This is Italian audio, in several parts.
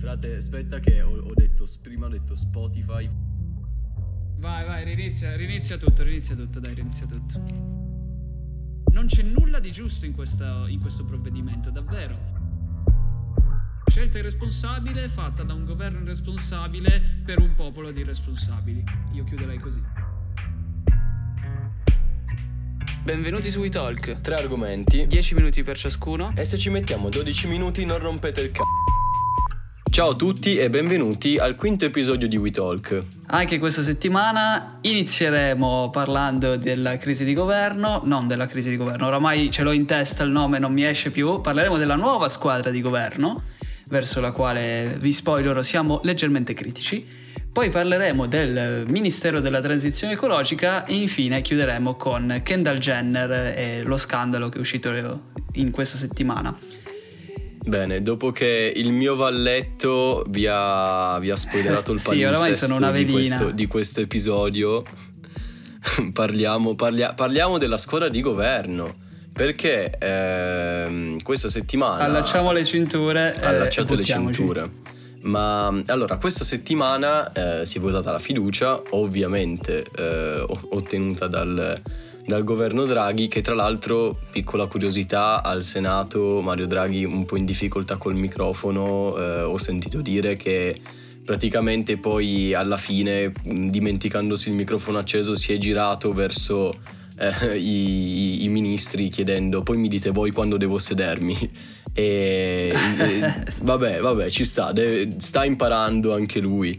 Frate, aspetta che ho detto, prima ho detto Spotify. Vai, rinizia tutto, dai, rinizia tutto. Non c'è nulla di giusto in questo provvedimento, davvero. Scelta irresponsabile fatta da un governo irresponsabile per un popolo di irresponsabili. Io chiuderei così. Benvenuti su WeTalk. 3 argomenti, 10 minuti per ciascuno. e se ci mettiamo 12 minuti non rompete il Ciao a tutti e benvenuti al quinto episodio di WeTalk. Anche questa settimana inizieremo parlando della crisi di governo, non della crisi di governo, oramai ce l'ho in testa il nome, non mi esce più. Parleremo della nuova squadra di governo, verso la quale, vi spoilerò, siamo leggermente critici. Poi parleremo del Ministero della Transizione Ecologica e infine chiuderemo con Kendall Jenner e lo scandalo che è uscito in questa settimana. Bene, dopo che il mio valletto vi ha spoilerato il Sì, oramai sono una velina di questo episodio, parliamo della squadra di governo, perché questa settimana allacciamo le cinture. Allacciate le cinture. Ma allora, questa settimana si è votata la fiducia, ovviamente ottenuta dal governo Draghi, che tra l'altro, piccola curiosità, al Senato Mario Draghi un po' in difficoltà col microfono, ho sentito dire che praticamente poi alla fine, dimenticandosi il microfono acceso, si è girato verso i ministri chiedendo: poi mi dite voi quando devo sedermi. E vabbè, ci sta imparando anche lui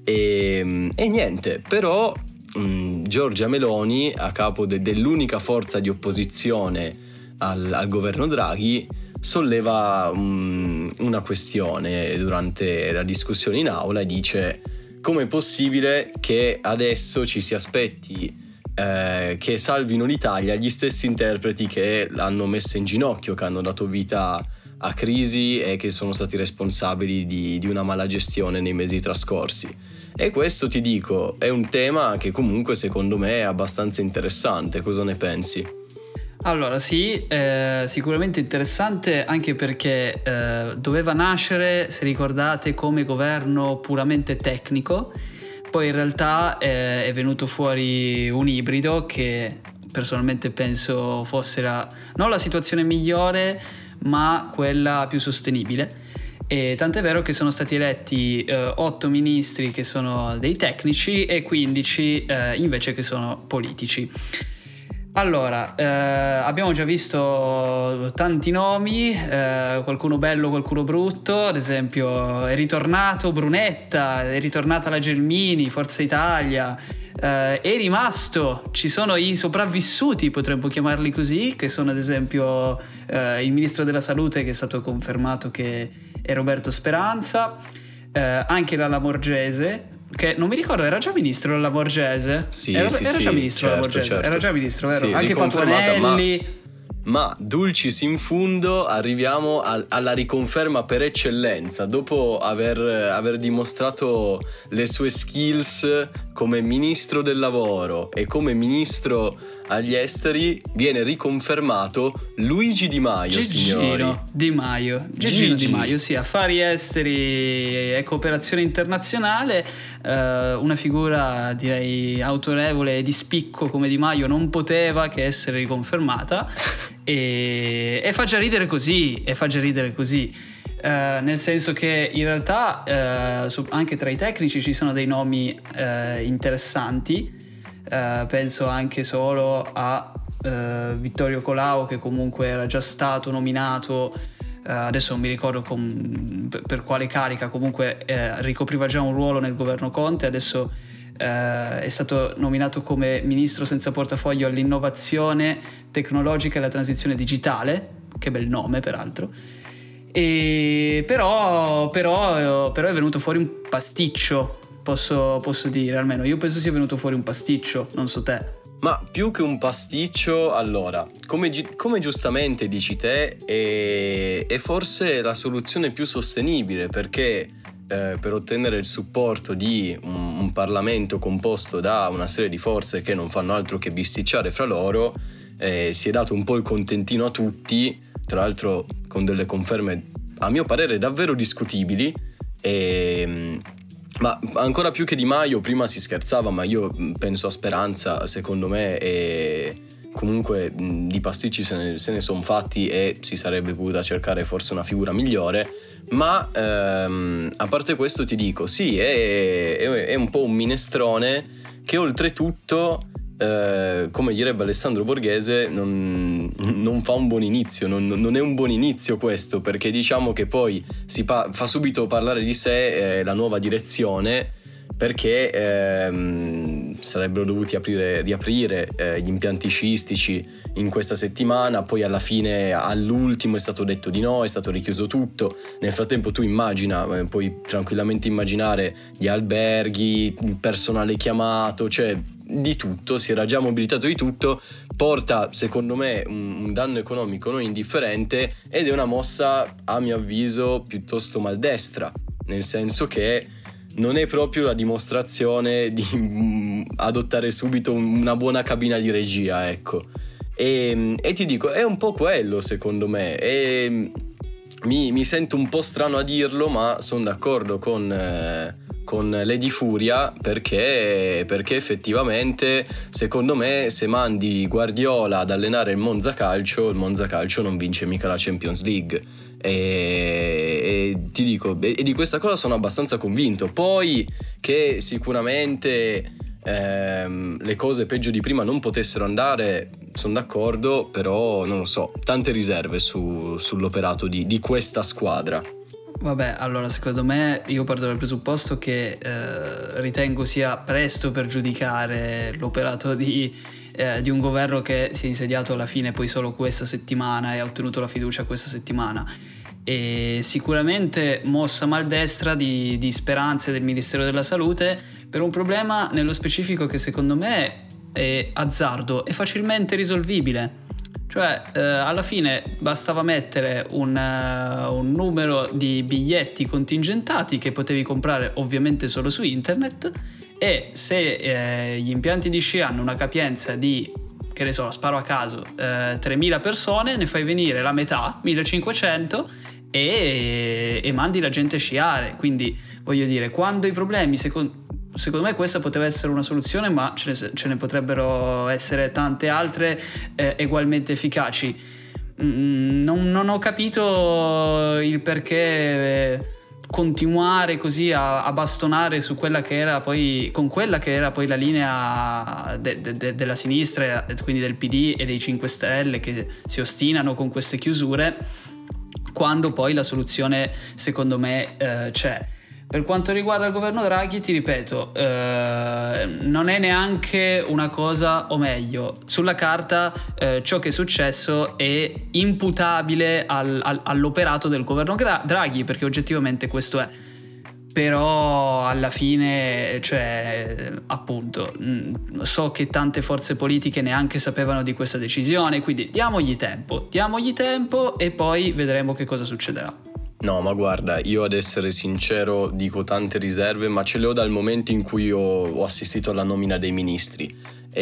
e niente, però Giorgia Meloni, a capo dell'unica forza di opposizione al governo Draghi, solleva una questione durante la discussione in aula e dice: com'è possibile che adesso ci si aspetti che salvino l'Italia gli stessi interpreti che l'hanno messa in ginocchio, che hanno dato vita a crisi e che sono stati responsabili di una mala gestione nei mesi trascorsi. E questo, ti dico, è un tema che comunque secondo me è abbastanza interessante. Cosa ne pensi? Allora sì, sicuramente interessante, anche perché doveva nascere, se ricordate, come governo puramente tecnico. Poi in realtà è venuto fuori un ibrido che personalmente penso fosse non la situazione migliore, ma quella più sostenibile. E tant'è vero che sono stati eletti 8 ministri che sono dei tecnici e 15 invece che sono politici. Allora, abbiamo già visto tanti nomi, qualcuno bello, qualcuno brutto. Ad esempio è ritornato Brunetta, è ritornata la Gelmini, Forza Italia, è rimasto, ci sono i sopravvissuti, potremmo chiamarli così, che sono ad esempio il ministro della salute, che è stato confermato che è Roberto Speranza, anche la Lamorgese, che non mi ricordo, era già ministro la Lamorgese? Sì, era sì, già ministro la Lamorgese, certo. era già ministro, vero? Sì, anche Patuanelli. Ma dulcis in fundo arriviamo alla riconferma per eccellenza. Dopo aver dimostrato le sue skills come ministro del lavoro e come ministro agli esteri, viene riconfermato Luigi Di Maio, signori. Gigino Di Maio, sì, affari esteri e cooperazione internazionale, una figura direi autorevole e di spicco come Di Maio non poteva che essere riconfermata e fa già ridere così, nel senso che in realtà anche tra i tecnici ci sono dei nomi interessanti. Penso anche solo a Vittorio Colao, che comunque era già stato nominato, adesso non mi ricordo per quale carica, comunque ricopriva già un ruolo nel governo Conte, adesso è stato nominato come ministro senza portafoglio all'innovazione tecnologica e alla transizione digitale, che bel nome peraltro. E però è venuto fuori un pasticcio. Posso dire, almeno io penso sia venuto fuori un pasticcio, non so te. Ma più che un pasticcio, allora, come giustamente dici te, è forse la soluzione più sostenibile, perché per ottenere il supporto di un Parlamento composto da una serie di forze che non fanno altro che bisticciare fra loro, si è dato un po' il contentino a tutti, tra l'altro con delle conferme a mio parere davvero discutibili, Ma ancora più che Di Maio, prima si scherzava, ma io penso a Speranza, secondo me, e comunque di pasticci se ne sono fatti e si sarebbe potuta cercare forse una figura migliore. Ma a parte questo ti dico, sì, è un po' un minestrone che oltretutto, come direbbe Alessandro Borghese, non fa un buon inizio, non è un buon inizio questo, perché diciamo che poi fa subito parlare di sé la nuova direzione, perché sarebbero dovuti riaprire gli impianti sciistici in questa settimana, poi alla fine all'ultimo è stato detto di no, è stato richiuso tutto. Nel frattempo tu puoi tranquillamente immaginare gli alberghi, il personale chiamato, cioè di tutto, si era già mobilitato di tutto, porta secondo me un danno economico non indifferente, ed è una mossa a mio avviso piuttosto maldestra, nel senso che non è proprio la dimostrazione di adottare subito una buona cabina di regia, ecco. E ti dico, è un po' quello secondo me, e mi sento un po' strano a dirlo, ma sono d'accordo con Lady Furia, perché effettivamente secondo me se mandi Guardiola ad allenare il Monza Calcio non vince mica la Champions League, e ti dico, e di questa cosa sono abbastanza convinto. Poi che sicuramente le cose peggio di prima non potessero andare, sono d'accordo, però non lo so, tante riserve sull'operato di questa squadra. Vabbè, allora secondo me io parto dal presupposto che ritengo sia presto per giudicare l'operato di un governo che si è insediato alla fine poi solo questa settimana e ha ottenuto la fiducia questa settimana, e sicuramente mossa maldestra di speranze del Ministero della Salute per un problema nello specifico che secondo me è azzardo e facilmente risolvibile. Cioè alla fine bastava mettere un numero di biglietti contingentati che potevi comprare ovviamente solo su internet, e se gli impianti di sci hanno una capienza di, che ne so, sparo a caso, 3.000 persone, ne fai venire la metà, 1.500, e mandi la gente a sciare. Quindi voglio dire, quando i problemi secondo me questa poteva essere una soluzione, ma ce ne potrebbero essere tante altre ugualmente efficaci. Non ho capito il perché continuare così a bastonare su quella che era poi la linea della sinistra, quindi del PD e dei 5 Stelle, che si ostinano con queste chiusure, quando poi la soluzione secondo me c'è. Per quanto riguarda il governo Draghi, ti ripeto, non è neanche una cosa, o meglio, sulla carta ciò che è successo è imputabile all'operato del governo Draghi, perché oggettivamente questo è. Però alla fine, cioè, appunto, so che tante forze politiche neanche sapevano di questa decisione, quindi diamogli tempo e poi vedremo che cosa succederà. No, ma guarda, io ad essere sincero dico tante riserve, ma ce le ho dal momento in cui ho assistito alla nomina dei ministri.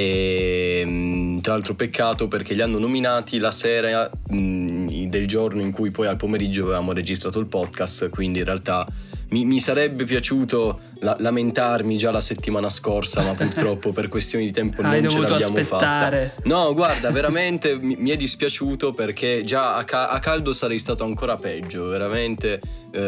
E tra l'altro peccato, perché li hanno nominati la sera del giorno in cui poi al pomeriggio avevamo registrato il podcast, quindi in realtà mi sarebbe piaciuto lamentarmi già la settimana scorsa, ma purtroppo per questioni di tempo non ce l'abbiamo aspettare. Fatta. No, guarda, veramente mi è dispiaciuto, perché già a caldo sarei stato ancora peggio, veramente.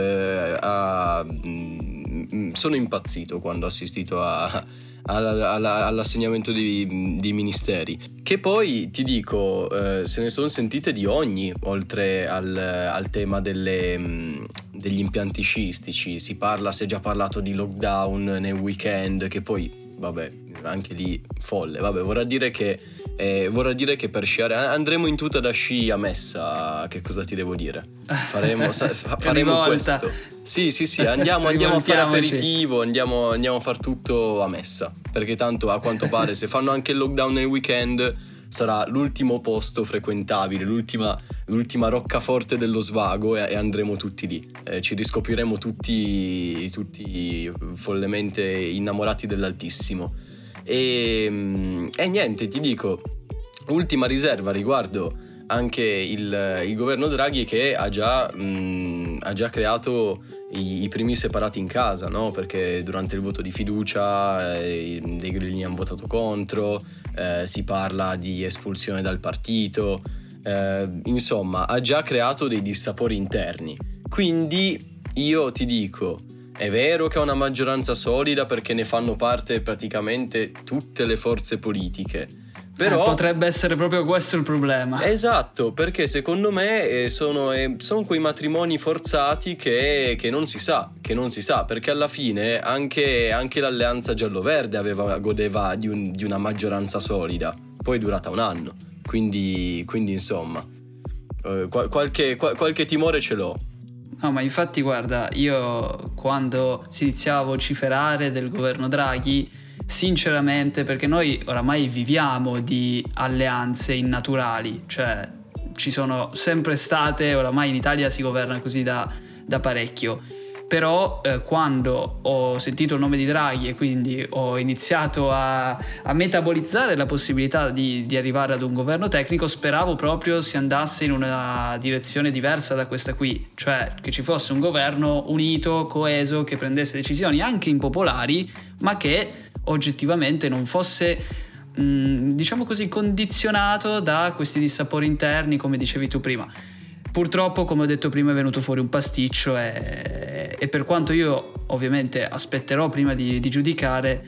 Sono impazzito quando ho assistito all'assegnamento di ministeri, che poi ti dico se ne sono sentite di ogni, oltre al tema degli impianti sciistici. Si è già parlato di lockdown nel weekend, che poi vabbè, anche lì folle. Vabbè, vorrà dire che per sciare andremo in tuta da sci a Messa. Che cosa ti devo dire? Faremo questo. Sì, andiamo a fare aperitivo, andiamo a far tutto a Messa, perché tanto a quanto pare se fanno anche il lockdown nel weekend sarà l'ultimo posto frequentabile, l'ultima roccaforte dello svago, e andremo tutti lì. Ci riscopriremo tutti follemente innamorati dell'Altissimo. E niente, ti dico, ultima riserva riguardo anche il governo Draghi, che ha già creato i primi separati in casa, no? Perché durante il voto di fiducia dei grillini hanno votato contro, si parla di espulsione dal partito, insomma ha già creato dei dissapori interni. Quindi io ti dico, è vero che ha una maggioranza solida perché ne fanno parte praticamente tutte le forze politiche, però potrebbe essere proprio questo il problema. Esatto, perché secondo me sono quei matrimoni forzati che non si sa, perché alla fine anche l'alleanza giallo-verde godeva di una maggioranza solida, poi è durata un anno, quindi insomma qualche timore ce l'ho. No, ma infatti guarda, io quando si iniziava a vociferare del governo Draghi, sinceramente, perché noi oramai viviamo di alleanze innaturali, cioè ci sono sempre state, oramai in Italia si governa così da parecchio, però quando ho sentito il nome di Draghi e quindi ho iniziato a metabolizzare la possibilità di arrivare ad un governo tecnico, speravo proprio si andasse in una direzione diversa da questa qui, cioè che ci fosse un governo unito, coeso, che prendesse decisioni anche impopolari, ma che oggettivamente non fosse diciamo così condizionato da questi dissapori interni, come dicevi tu prima. Purtroppo, come ho detto prima, è venuto fuori un pasticcio e per quanto io ovviamente aspetterò prima di giudicare,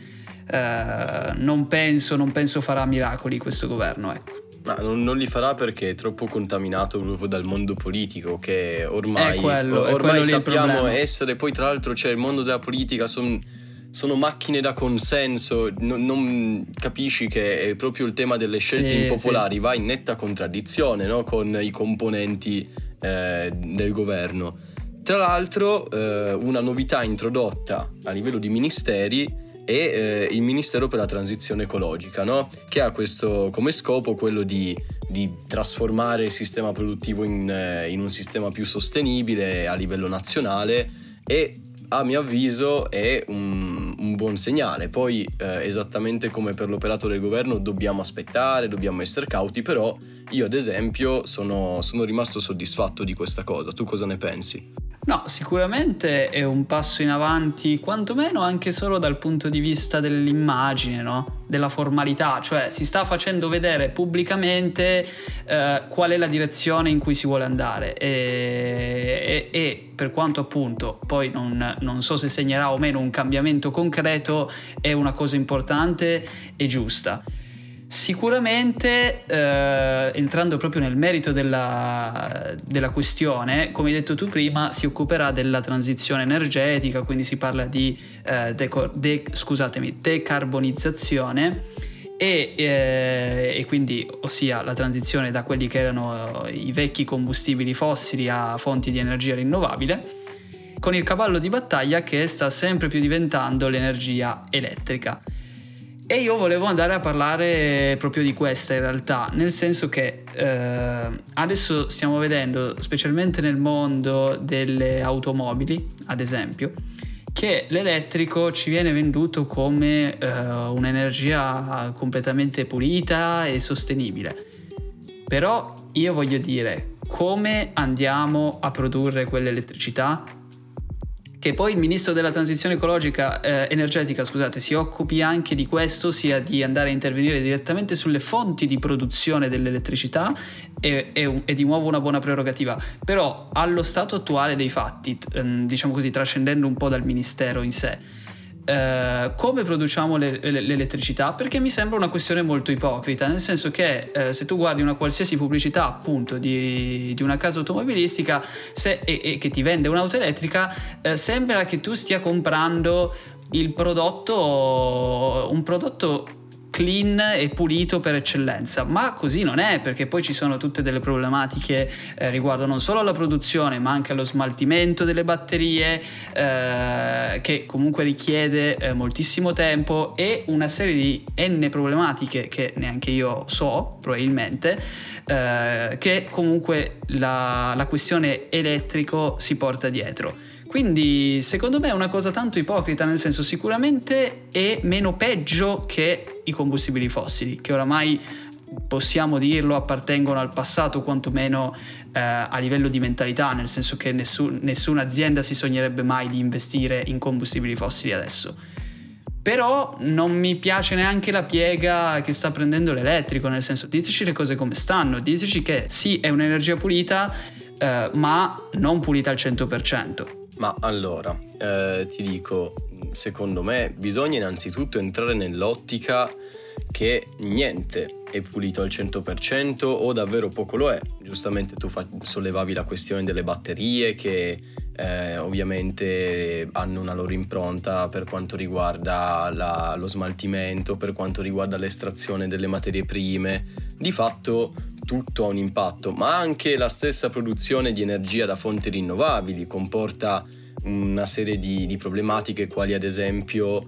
non penso farà miracoli questo governo, ecco. Ma non li farà perché è troppo contaminato proprio dal mondo politico, che ormai sappiamo essere. Poi tra l'altro c'è il mondo della politica, sono macchine da consenso, non capisci che è proprio il tema delle scelte impopolari, va in netta contraddizione, no? Con i componenti del governo. Tra l'altro una novità introdotta a livello di ministeri è il Ministero per la Transizione Ecologica, no? Che ha questo come scopo quello di trasformare il sistema produttivo in un sistema più sostenibile a livello nazionale, e a mio avviso è un buon segnale. Poi esattamente come per l'operato del governo dobbiamo aspettare, dobbiamo essere cauti, però io ad esempio sono rimasto soddisfatto di questa cosa. Tu cosa ne pensi? No, sicuramente è un passo in avanti, quantomeno anche solo dal punto di vista dell'immagine, no? Della formalità, cioè si sta facendo vedere pubblicamente qual è la direzione in cui si vuole andare e per quanto appunto poi non so se segnerà o meno un cambiamento concreto, è una cosa importante e giusta. Sicuramente entrando proprio nel merito della questione, come hai detto tu prima, si occuperà della transizione energetica, quindi si parla di decarbonizzazione e quindi ossia la transizione da quelli che erano i vecchi combustibili fossili a fonti di energia rinnovabile, con il cavallo di battaglia che sta sempre più diventando l'energia elettrica. E io volevo andare a parlare proprio di questa in realtà, nel senso che adesso stiamo vedendo, specialmente nel mondo delle automobili, ad esempio, che l'elettrico ci viene venduto come un'energia completamente pulita e sostenibile. Però io voglio dire, come andiamo a produrre quell'elettricità? Che poi il ministro della transizione energetica si occupi anche di questo, sia di andare a intervenire direttamente sulle fonti di produzione dell'elettricità, è di nuovo una buona prerogativa. Però allo stato attuale dei fatti, diciamo così, trascendendo un po' dal ministero in sé, come produciamo l'elettricità? Perché mi sembra una questione molto ipocrita, nel senso che se tu guardi una qualsiasi pubblicità appunto di una casa automobilistica e che ti vende un'auto elettrica, sembra che tu stia comprando un prodotto clean e pulito per eccellenza, ma così non è, perché poi ci sono tutte delle problematiche riguardo non solo alla produzione ma anche allo smaltimento delle batterie, che comunque richiede moltissimo tempo, e una serie di problematiche che neanche io so probabilmente, che comunque la questione elettrico si porta dietro. Quindi secondo me è una cosa tanto ipocrita, nel senso, sicuramente è meno peggio che i combustibili fossili, che oramai possiamo dirlo, appartengono al passato, quantomeno a livello di mentalità, nel senso che nessuna azienda si sognerebbe mai di investire in combustibili fossili adesso. Però non mi piace neanche la piega che sta prendendo l'elettrico, nel senso, diteci le cose come stanno, diteci che sì, è un'energia pulita, ma non pulita al 100%. Ma allora, ti dico, secondo me bisogna innanzitutto entrare nell'ottica che niente è pulito al 100% o davvero poco lo è. Giustamente tu sollevavi la questione delle batterie che ovviamente hanno una loro impronta per quanto riguarda lo smaltimento, per quanto riguarda l'estrazione delle materie prime. Di fatto tutto ha un impatto, ma anche la stessa produzione di energia da fonti rinnovabili comporta una serie di problematiche, quali ad esempio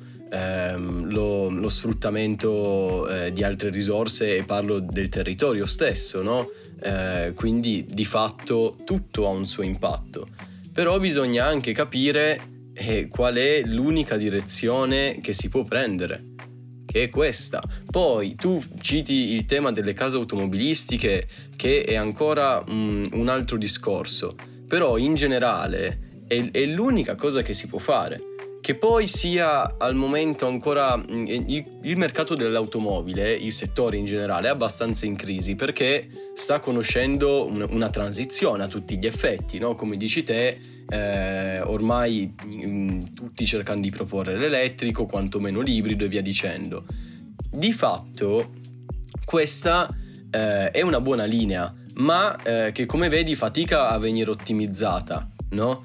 lo sfruttamento di altre risorse, e parlo del territorio stesso, no? Quindi di fatto tutto ha un suo impatto, però bisogna anche capire qual è l'unica direzione che si può prendere, che è questa. Poi tu citi il tema delle case automobilistiche, che è ancora un altro discorso, però in generale è l'unica cosa che si può fare. Che poi sia al momento ancora il mercato dell'automobile, il settore in generale, è abbastanza in crisi, perché sta conoscendo una transizione a tutti gli effetti, no? Come dici te, ormai tutti cercano di proporre l'elettrico, quantomeno l'ibrido e via dicendo. Di fatto questa è una buona linea, ma che come vedi fatica a venire ottimizzata, no?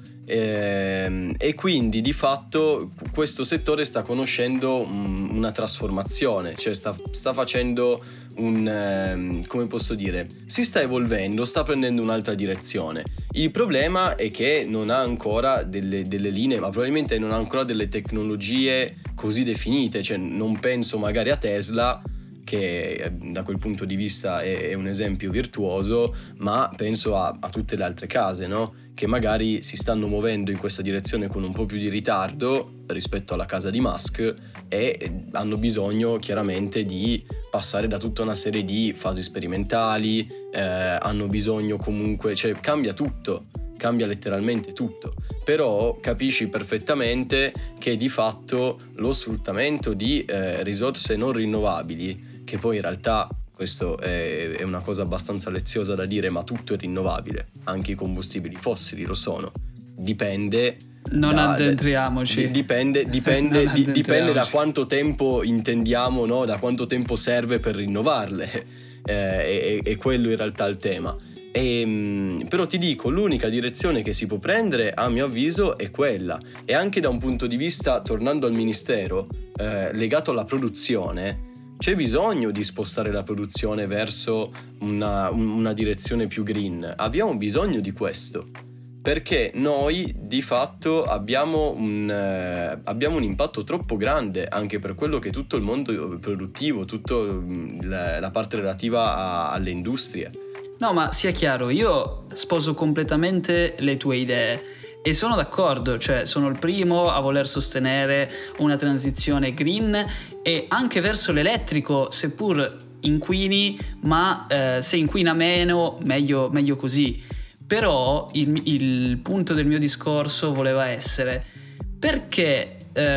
E quindi di fatto questo settore sta conoscendo una trasformazione, cioè sta facendo come posso dire, si sta evolvendo, sta prendendo un'altra direzione. Il problema è che non ha ancora delle linee, ma probabilmente non ha ancora delle tecnologie così definite, cioè non penso magari a Tesla, che da quel punto di vista è un esempio virtuoso, ma penso a tutte le altre case, no? Che magari si stanno muovendo in questa direzione con un po' più di ritardo rispetto alla casa di Musk, e hanno bisogno chiaramente di passare da tutta una serie di fasi sperimentali, hanno bisogno comunque, cioè cambia tutto, cambia letteralmente tutto, però capisci perfettamente che di fatto lo sfruttamento di risorse non rinnovabili, che poi in realtà questo è una cosa abbastanza leziosa da dire, ma tutto è rinnovabile, anche i combustibili fossili lo sono, dipende. Non addentriamoci. Dipende da quanto tempo intendiamo, no? Da quanto tempo serve per rinnovarle, è quello in realtà il tema. Però ti dico, l'unica direzione che si può prendere, a mio avviso, è quella, e anche da un punto di vista, tornando al ministero, legato alla produzione, c'è bisogno di spostare la produzione verso una direzione più green. Abbiamo bisogno di questo, perché noi di fatto abbiamo un impatto troppo grande anche per quello che è tutto il mondo produttivo, tutta la parte relativa alle industrie. No, ma sia chiaro, io sposo completamente le tue idee e sono d'accordo, cioè sono il primo a voler sostenere una transizione green e anche verso l'elettrico, seppur inquini, ma se inquina meno, meglio così. Però il punto del mio discorso voleva essere perché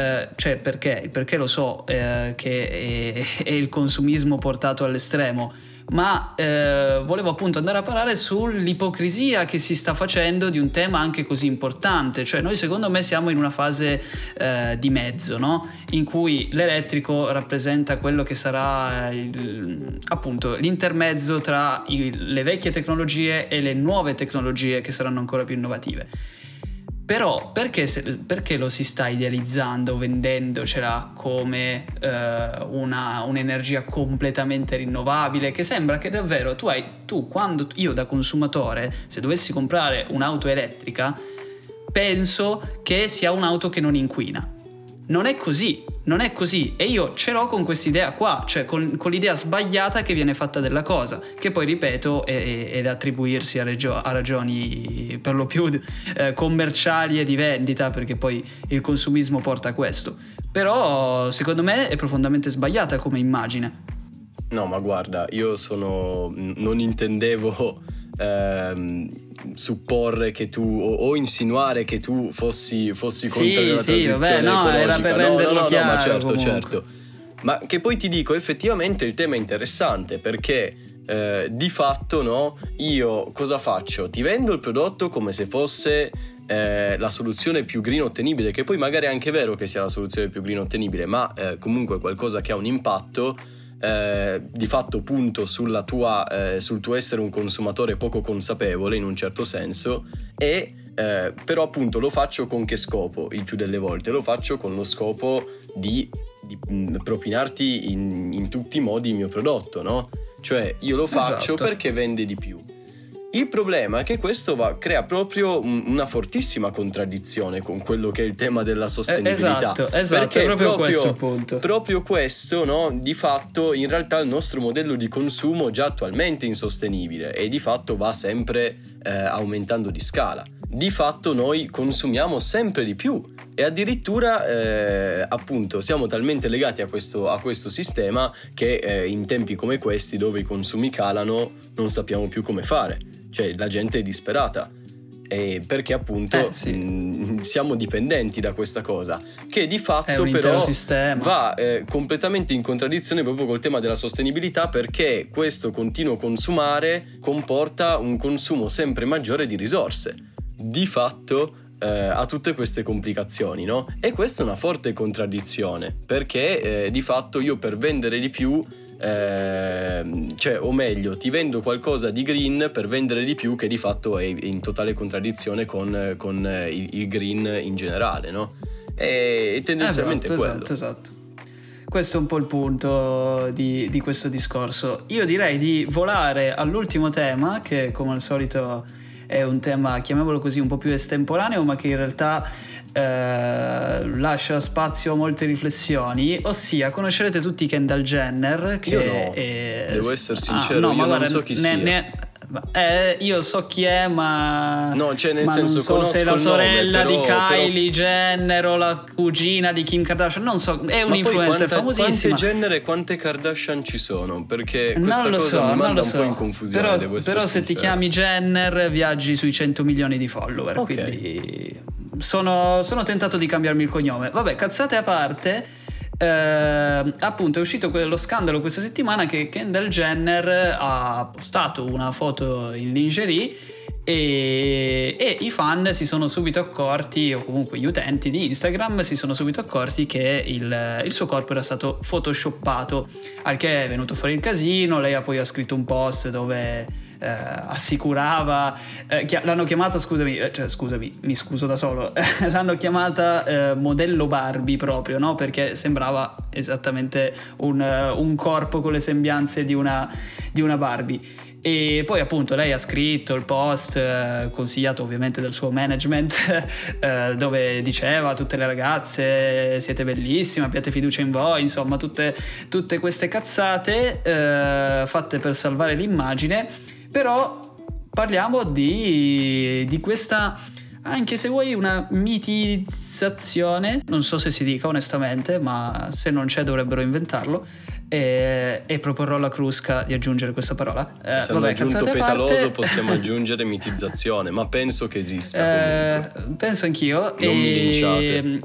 lo so che è il consumismo portato all'estremo, ma volevo appunto andare a parlare sull'ipocrisia che si sta facendo di un tema anche così importante. Cioè noi, secondo me, siamo in una fase di mezzo, no? In cui l'elettrico rappresenta quello che sarà appunto l'intermezzo tra le vecchie tecnologie e le nuove tecnologie che saranno ancora più innovative. Però perché lo si sta idealizzando, vendendocela come un'energia completamente rinnovabile, che sembra che davvero quando io da consumatore, se dovessi comprare un'auto elettrica, penso che sia un'auto che non inquina. Non è così, e io ce l'ho con quest'idea qua, cioè con l'idea sbagliata che viene fatta della cosa, che poi, ripeto, è da attribuirsi a ragioni per lo più commerciali e di vendita, perché poi il consumismo porta a questo. Però secondo me è profondamente sbagliata come immagine. No, ma guarda, non intendevo supporre che tu o insinuare che tu fossi contrario alla transizione ecologica. Era per renderlo chiaro, ma certo, comunque. certo. Ma che poi ti dico, effettivamente il tema è interessante, perché di fatto, no, io cosa faccio? Ti vendo il prodotto come se fosse la soluzione più green ottenibile, che poi magari è anche vero che sia la soluzione più green ottenibile, ma comunque qualcosa che ha un impatto. Di fatto punto sul tuo essere un consumatore poco consapevole in un certo senso, e però appunto lo faccio con che scopo? Il più delle volte lo faccio con lo scopo di propinarti in tutti i modi il mio prodotto, no? Cioè io lo faccio perché vende di più. Il problema è che questo crea proprio una fortissima contraddizione con quello che è il tema della sostenibilità. Esatto, è proprio questo il punto. Proprio questo, no? Di fatto, in realtà il nostro modello di consumo già attualmente è insostenibile e di fatto va sempre aumentando di scala. Di fatto noi consumiamo sempre di più e addirittura appunto siamo talmente legati a questo sistema che in tempi come questi, dove i consumi calano, non sappiamo più come fare. Cioè la gente è disperata, perché appunto siamo dipendenti da questa cosa, che di fatto però va completamente in contraddizione proprio col tema della sostenibilità, perché questo continuo consumare comporta un consumo sempre maggiore di risorse. Di fatto ha tutte queste complicazioni, no? E questa è una forte contraddizione, perché di fatto io per vendere di più, cioè, o meglio, ti vendo qualcosa di green per vendere di più, che di fatto è in totale contraddizione con il green in generale, no? E tendenzialmente è quello. Esatto. Questo è un po' il punto di questo discorso. Io direi di volare all'ultimo tema, che come al solito è un tema, chiamiamolo così, un po' più estemporaneo, ma che in realtà lascia spazio a molte riflessioni, ossia conoscerete tutti Kendall Jenner, che io no, devo essere sincero, io non so chi sia. Io so chi è, ma no, cioè nel ma senso, non so se è la sorella nome, però, di Kylie Jenner o la cugina di Kim Kardashian, non so, è un influencer famosissima. Quante Jenner e quante Kardashian ci sono? Perché questa cosa mi manda un po' in confusione, però se ti chiami Jenner viaggi sui 100 milioni di follower, quindi sono tentato di cambiarmi il cognome. Vabbè, cazzate a parte. Appunto è uscito lo scandalo questa settimana che Kendall Jenner ha postato una foto in lingerie e i fan si sono subito accorti, o comunque gli utenti di Instagram si sono subito accorti che il suo corpo era stato photoshoppato, al che è venuto fuori il casino. Lei poi ha scritto un post dove assicurava, l'hanno chiamata, scusami, mi scuso da solo, l'hanno chiamata modello Barbie proprio, no? Perché sembrava esattamente un corpo con le sembianze di una Barbie. E poi appunto lei ha scritto il post consigliato ovviamente dal suo management dove diceva a tutte le ragazze: siete bellissime, abbiate fiducia in voi, insomma tutte queste cazzate fatte per salvare l'immagine. Però parliamo di questa, anche se vuoi, una mitizzazione, non so se si dica onestamente, ma se non c'è dovrebbero inventarlo, e proporrò alla Crusca di aggiungere questa parola. Se hanno aggiunto petaloso possiamo aggiungere mitizzazione, ma penso che esista comunque. Penso anch'io. Non mi linciate.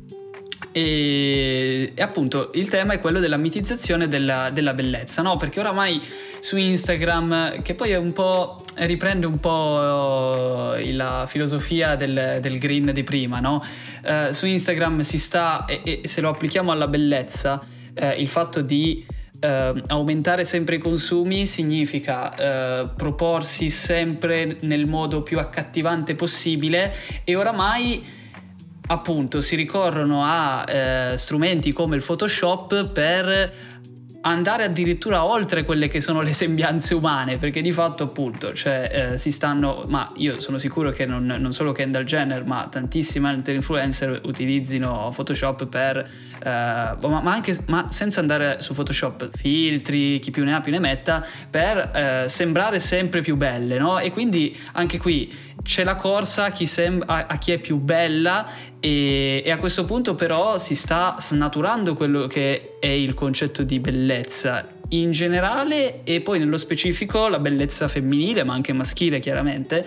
E appunto il tema è quello della mitizzazione della bellezza, no? Perché oramai su Instagram, che poi è riprende un po' la filosofia del green di prima, no? Su Instagram si sta, e se lo applichiamo alla bellezza, il fatto di aumentare sempre i consumi significa proporsi sempre nel modo più accattivante possibile, e oramai appunto si ricorrono a strumenti come il Photoshop per andare addirittura oltre quelle che sono le sembianze umane, perché di fatto appunto si stanno, ma io sono sicuro che non solo Kendall Jenner ma tantissime altre influencer utilizzino Photoshop per ma senza andare su Photoshop, filtri, chi più ne ha più ne metta, per sembrare sempre più belle, no? E quindi anche qui c'è la corsa a chi è più bella, e a questo punto però si sta snaturando quello che è il concetto di bellezza, in generale e poi nello specifico la bellezza femminile, ma anche maschile chiaramente,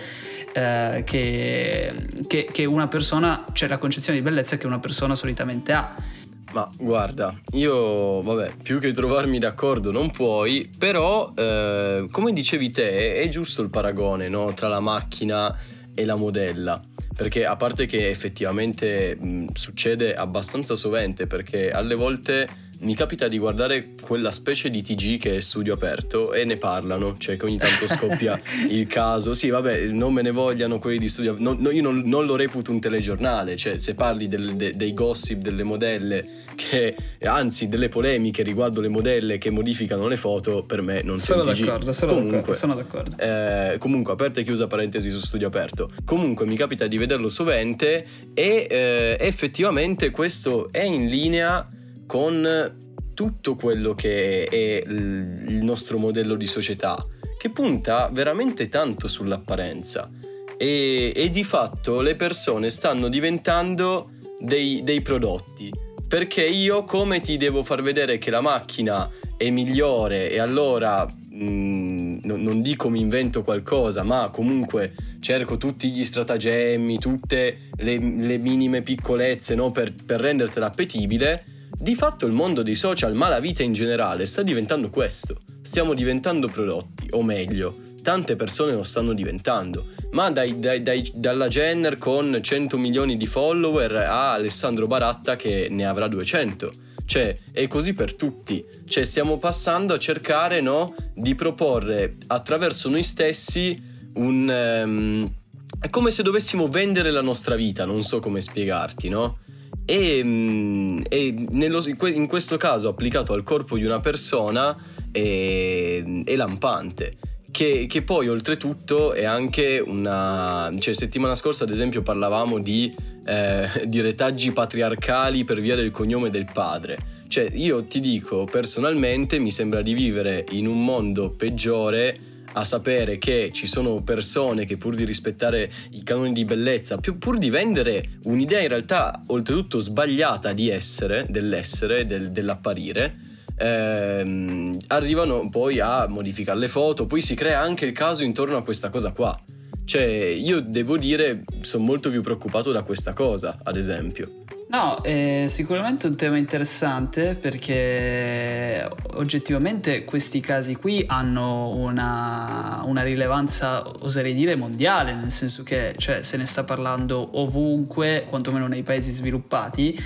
che una persona, cioè la concezione di bellezza che una persona solitamente ha. Ma guarda, io più che trovarmi d'accordo non puoi, però come dicevi te è giusto il paragone, no? Tra la macchina e la modella, perché a parte che effettivamente succede abbastanza sovente, perché alle volte mi capita di guardare quella specie di TG che è Studio Aperto e ne parlano, cioè che ogni tanto scoppia il caso. Sì, non me ne vogliano quelli di Studio Aperto, io non lo reputo un telegiornale, cioè se parli dei gossip delle modelle, che anzi delle polemiche riguardo le modelle che modificano le foto, per me non sono TG. Sono d'accordo. Comunque, aperta e chiusa parentesi su Studio Aperto, comunque mi capita di vederlo sovente e effettivamente questo è in linea con tutto quello che è il nostro modello di società, che punta veramente tanto sull'apparenza e di fatto le persone stanno diventando dei prodotti, perché io come ti devo far vedere che la macchina è migliore e allora non dico mi invento qualcosa, ma comunque cerco tutti gli stratagemmi, tutte le minime piccolezze, no, per rendertela appetibile. Di fatto il mondo dei social, ma la vita in generale, sta diventando questo. Stiamo diventando prodotti, o meglio, tante persone lo stanno diventando, ma dalla Jenner con 100 milioni di follower a Alessandro Baratta che ne avrà 200. Cioè, è così per tutti. Cioè, stiamo passando a cercare, no, di proporre attraverso noi stessi è come se dovessimo vendere la nostra vita, non so come spiegarti, no? E in questo caso applicato al corpo di una persona è lampante, che poi oltretutto è anche cioè settimana scorsa ad esempio parlavamo di retaggi patriarcali per via del cognome del padre. Cioè io ti dico personalmente mi sembra di vivere in un mondo peggiore a sapere che ci sono persone che pur di rispettare i canoni di bellezza, pur di vendere un'idea in realtà oltretutto sbagliata dell'apparire, arrivano poi a modificare le foto, poi si crea anche il caso intorno a questa cosa qua. Cioè io devo dire sono molto più preoccupato da questa cosa, ad esempio. No, è sicuramente un tema interessante perché oggettivamente questi casi qui hanno una rilevanza, oserei dire, mondiale, nel senso che cioè, se ne sta parlando ovunque, quantomeno nei paesi sviluppati.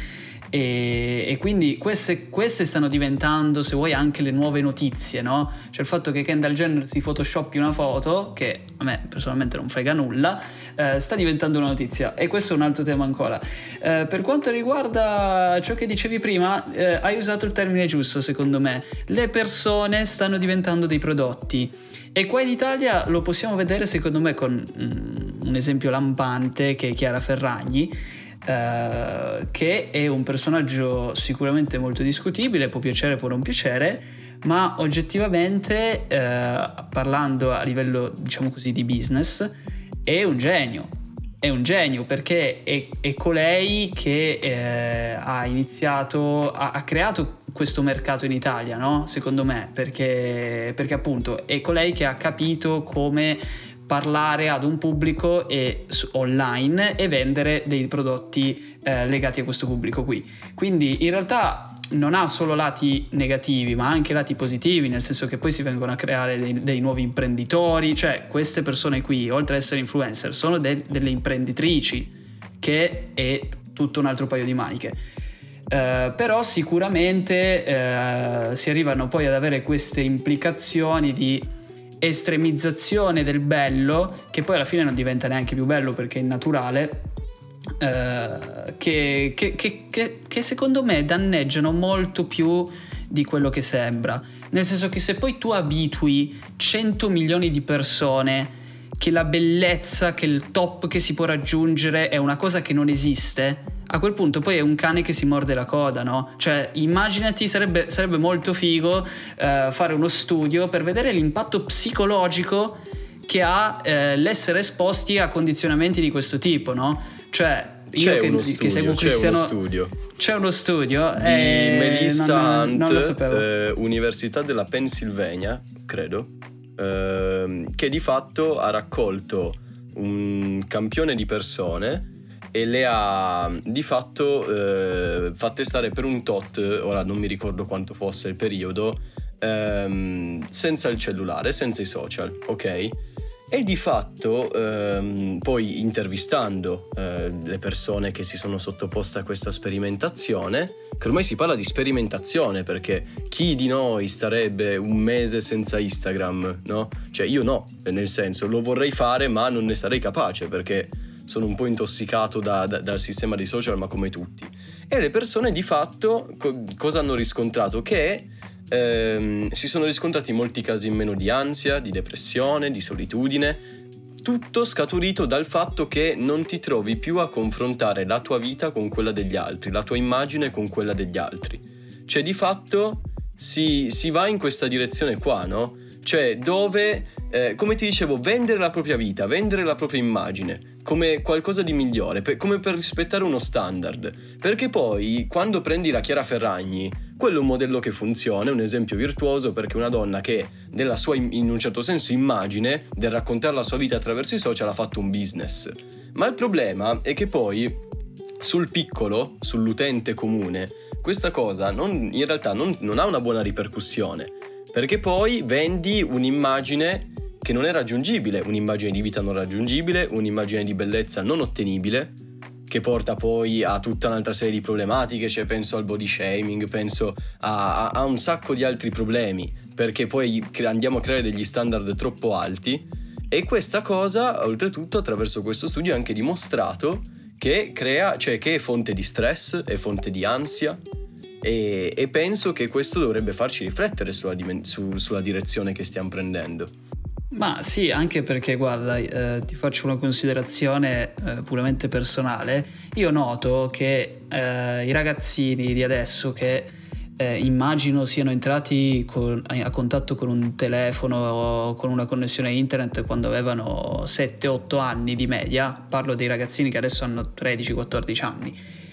E quindi queste stanno diventando, se vuoi, anche le nuove notizie, no? Cioè il fatto che Kendall Jenner si photoshoppi una foto, che a me personalmente non frega nulla, sta diventando una notizia, e questo è un altro tema ancora. Per quanto riguarda ciò che dicevi prima, hai usato il termine giusto secondo me. Le persone stanno diventando dei prodotti, e qua in Italia lo possiamo vedere secondo me con un esempio lampante che è Chiara Ferragni, che è un personaggio sicuramente molto discutibile, può piacere, può non piacere, ma oggettivamente parlando a livello, diciamo così, di business, è un genio perché è colei che ha iniziato, ha creato questo mercato in Italia, no? Secondo me, perché appunto è colei che ha capito come parlare ad un pubblico online e vendere dei prodotti legati a questo pubblico qui. Quindi in realtà non ha solo lati negativi ma anche lati positivi, nel senso che poi si vengono a creare dei nuovi imprenditori. Cioè queste persone qui, oltre ad essere influencer, sono delle imprenditrici, che è tutto un altro paio di maniche. Però sicuramente si arrivano poi ad avere queste implicazioni di estremizzazione del bello, che poi alla fine non diventa neanche più bello perché è naturale, che secondo me danneggiano molto più di quello che sembra, nel senso che se poi tu abitui 100 milioni di persone che la bellezza, che il top che si può raggiungere è una cosa che non esiste, a quel punto poi è un cane che si morde la coda, no? Cioè immaginati, sarebbe molto figo fare uno studio per vedere l'impatto psicologico che ha l'essere esposti a condizionamenti di questo tipo, no? Cioè C'è io uno che studio, seguo c'è Cristiano, uno studio c'è uno studio di Melissa non lo Hunt, sapevo. Università della Pennsylvania, credo, che di fatto ha raccolto un campione di persone e le ha di fatto fatte stare per un tot, ora non mi ricordo quanto fosse il periodo, senza il cellulare, senza i social, ok? E di fatto poi intervistando le persone che si sono sottoposte a questa sperimentazione, che ormai si parla di sperimentazione perché chi di noi starebbe un mese senza Instagram, no? Cioè io no, nel senso lo vorrei fare ma non ne sarei capace perché sono un po' intossicato dal sistema dei social, ma come tutti. E le persone di fatto cosa hanno riscontrato? Che si sono riscontrati molti casi in meno di ansia, di depressione, di solitudine, tutto scaturito dal fatto che non ti trovi più a confrontare la tua vita con quella degli altri, la tua immagine con quella degli altri. Cioè di fatto si va in questa direzione qua, no? Cioè dove, come ti dicevo, vendere la propria vita, vendere la propria immagine come qualcosa di migliore, come per rispettare uno standard. Perché poi quando prendi la Chiara Ferragni, quello è un modello che funziona, è un esempio virtuoso perché una donna che della sua, in un certo senso, immagine, del raccontare la sua vita attraverso i social ha fatto un business. Ma il problema è che poi sul piccolo, sull'utente comune, questa cosa in realtà non ha una buona ripercussione, perché poi vendi un'immagine che non è raggiungibile, un'immagine di vita non raggiungibile, un'immagine di bellezza non ottenibile, che porta poi a tutta un'altra serie di problematiche, cioè penso al body shaming, penso a un sacco di altri problemi, perché poi andiamo a creare degli standard troppo alti. E questa cosa, oltretutto, attraverso questo studio è anche dimostrato che crea, cioè che è fonte di stress, è fonte di ansia, e penso che questo dovrebbe farci riflettere sulla direzione che stiamo prendendo. Ma sì, anche perché guarda, ti faccio una considerazione puramente personale. Io noto che i ragazzini di adesso che immagino siano entrati a contatto con un telefono o con una connessione internet quando avevano 7-8 anni di media, parlo dei ragazzini che adesso hanno 13-14 anni,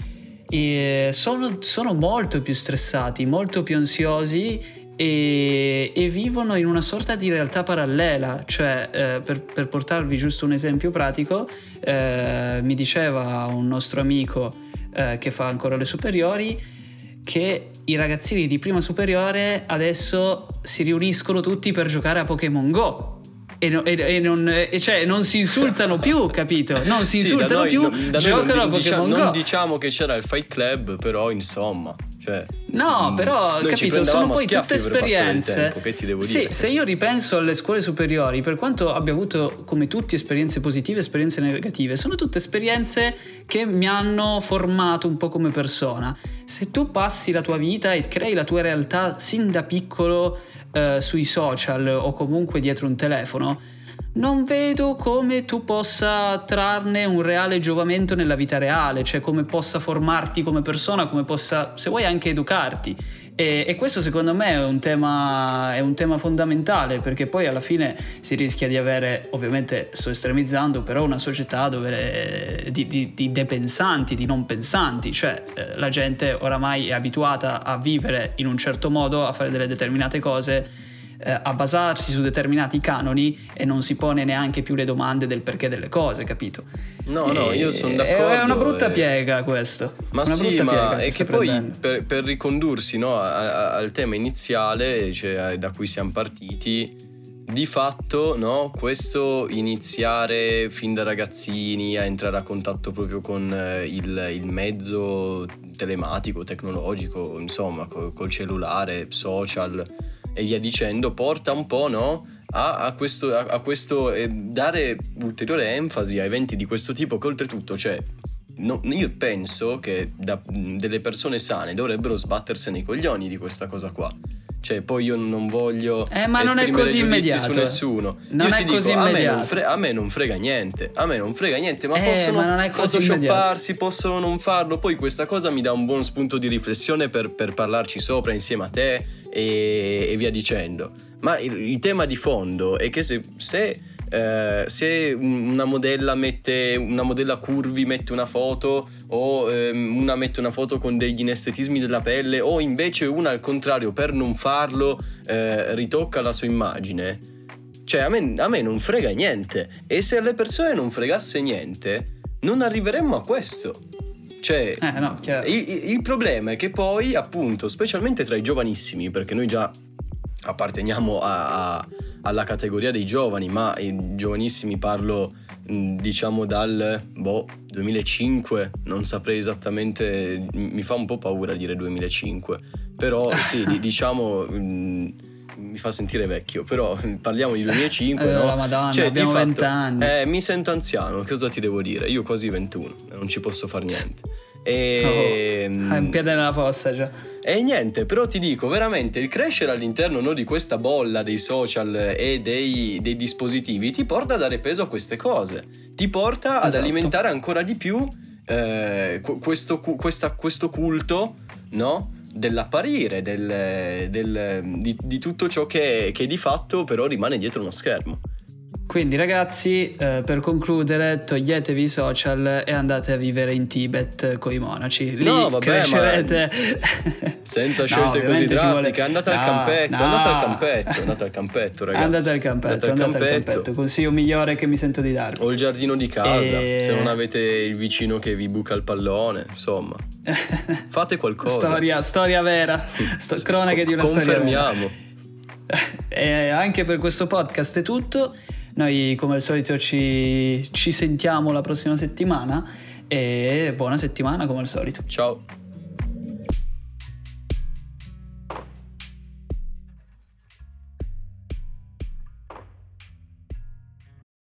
e sono molto più stressati, molto più ansiosi e vivono in una sorta di realtà parallela. Cioè per portarvi giusto un esempio pratico, mi diceva un nostro amico che fa ancora le superiori che i ragazzini di prima superiore adesso si riuniscono tutti per giocare a Pokémon Go. Cioè non si insultano più, capito? Non si insultano più, giocano a Pokémon Go. Non diciamo che c'era il Fight Club, però insomma, cioè, no, però capito, sono poi tutte esperienze. Tempo, che ti devo sì, dire? Se io ripenso alle scuole superiori, per quanto abbia avuto come tutti esperienze positive, esperienze negative, sono tutte esperienze che mi hanno formato un po' come persona. Se tu passi la tua vita e crei la tua realtà sin da piccolo sui social o comunque dietro un telefono, non vedo come tu possa trarne un reale giovamento nella vita reale, cioè come possa formarti come persona, come possa, se vuoi, anche educarti. E questo secondo me è un tema fondamentale, perché poi alla fine si rischia di avere, ovviamente sto estremizzando, però una società dove di depensanti, di non pensanti, cioè la gente oramai è abituata a vivere in un certo modo, a fare delle determinate cose, a basarsi su determinati canoni, e non si pone neanche più le domande del perché delle cose, capito? No, io sono d'accordo. È una brutta piega questo. Ma una sì, ma è che poi per ricondursi, no, al tema iniziale, cioè da cui siamo partiti, di fatto, no, questo iniziare fin da ragazzini a entrare a contatto proprio con il mezzo telematico, tecnologico, insomma, col cellulare, social e via dicendo, porta un po', no, a questo dare ulteriore enfasi a eventi di questo tipo, che oltretutto, cioè, io penso che delle persone sane dovrebbero sbattersene i coglioni di questa cosa qua. Cioè, poi io non voglio ma non è così immediato su nessuno. Non io è ti così dico, immediato. a me non frega niente, ma possono ma non è così photoshopparsi, possono non farlo. Poi questa cosa mi dà un buon spunto di riflessione per parlarci sopra insieme a te e via dicendo. Ma il tema di fondo è che se se una modella curvy mette una foto, o una mette una foto con degli inestetismi della pelle, o invece una al contrario, per non farlo, ritocca la sua immagine, cioè a me non frega niente. E se alle persone non fregasse niente, non arriveremmo a questo. Cioè, no, il problema è che poi, appunto, specialmente tra i giovanissimi, perché noi già apparteniamo alla categoria dei giovani, ma i giovanissimi parlo diciamo dal 2005, non saprei esattamente, mi fa un po' paura dire 2005, però sì, diciamo mi fa sentire vecchio, però parliamo di 2005, no? La Madonna, cioè, abbiamo 20 anni. Mi sento anziano, cosa ti devo dire? Io quasi 21, non ci posso far niente. Hai un piede nella fossa già. E niente, però ti dico, veramente il crescere all'interno di questa bolla dei social e dei dispositivi ti porta a dare peso a queste cose, ti porta ad alimentare ancora di più questo culto, no? Dell'apparire, di tutto ciò che di fatto però rimane dietro uno schermo. Quindi ragazzi, per concludere, toglietevi i social e andate a vivere in Tibet coi monaci. Lì crescerete. Senza scelte così drastiche. Andate al campetto, andate al campetto, ragazzi. Andate al campetto. Consiglio migliore che mi sento di darvi. O il giardino di casa, se non avete il vicino che vi buca il pallone, insomma. Fate qualcosa. Storia vera. Cronache di una storia vera. Confermiamo. E anche per questo podcast è tutto. Noi come al solito ci sentiamo la prossima settimana e buona settimana come al solito. Ciao.